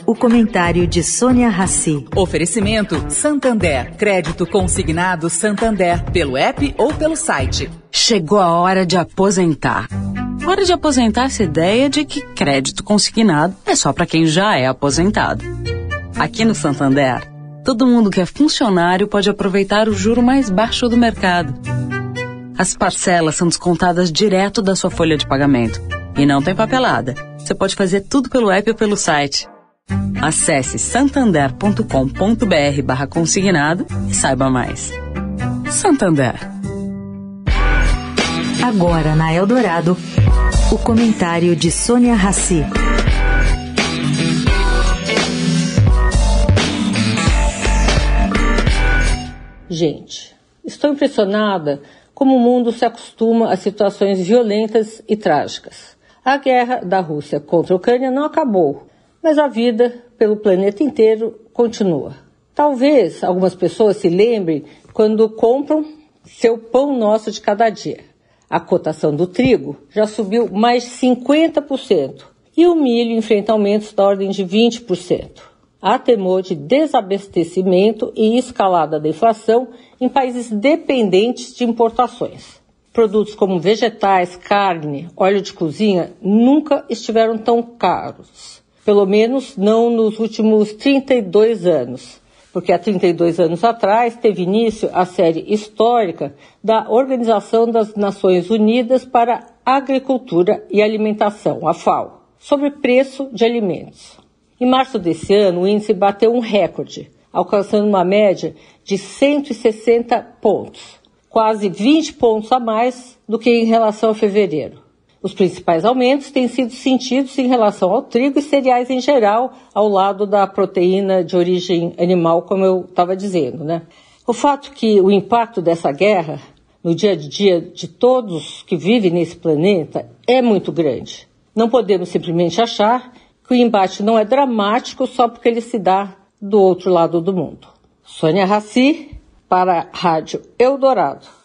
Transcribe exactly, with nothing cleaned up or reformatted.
O comentário de Sônia Rassi. Oferecimento Santander. Crédito consignado Santander. Pelo app ou pelo site. Chegou a hora de aposentar. Hora de aposentar essa ideia de que crédito consignado é só para quem já é aposentado. Aqui no Santander, todo mundo que é funcionário pode aproveitar o juro mais baixo do mercado. As parcelas são descontadas direto da sua folha de pagamento. E não tem papelada. Você pode fazer tudo pelo app ou pelo site. Acesse santander.com.br barra consignado e saiba mais. Santander. Agora na Eldorado, o comentário de Sônia Rassi. Gente, estou impressionada como o mundo se acostuma a situações violentas e trágicas. A guerra da Rússia contra a Ucrânia não acabou, mas a vida pelo planeta inteiro continua. Talvez algumas pessoas se lembrem quando compram seu pão nosso de cada dia. A cotação do trigo já subiu mais de cinquenta por cento e o milho enfrenta aumentos da ordem de vinte por cento. Há temor de desabastecimento e escalada da inflação em países dependentes de importações. Produtos como vegetais, carne, óleo de cozinha nunca estiveram tão caros. Pelo menos não nos últimos trinta e dois anos, porque há trinta e dois anos atrás teve início a série histórica da Organização das Nações Unidas para a Agricultura e Alimentação, a FAO, sobre preço de alimentos. Em março desse ano, o índice bateu um recorde, alcançando uma média de cento e sessenta pontos, quase vinte pontos a mais do que em relação a fevereiro. Os principais aumentos têm sido sentidos em relação ao trigo e cereais em geral, ao lado da proteína de origem animal, como eu estava dizendo, né? O fato que o impacto dessa guerra no dia a dia de todos que vivem nesse planeta é muito grande. Não podemos simplesmente achar que o embate não é dramático só porque ele se dá do outro lado do mundo. Sônia Rassi, para a Rádio Eldorado.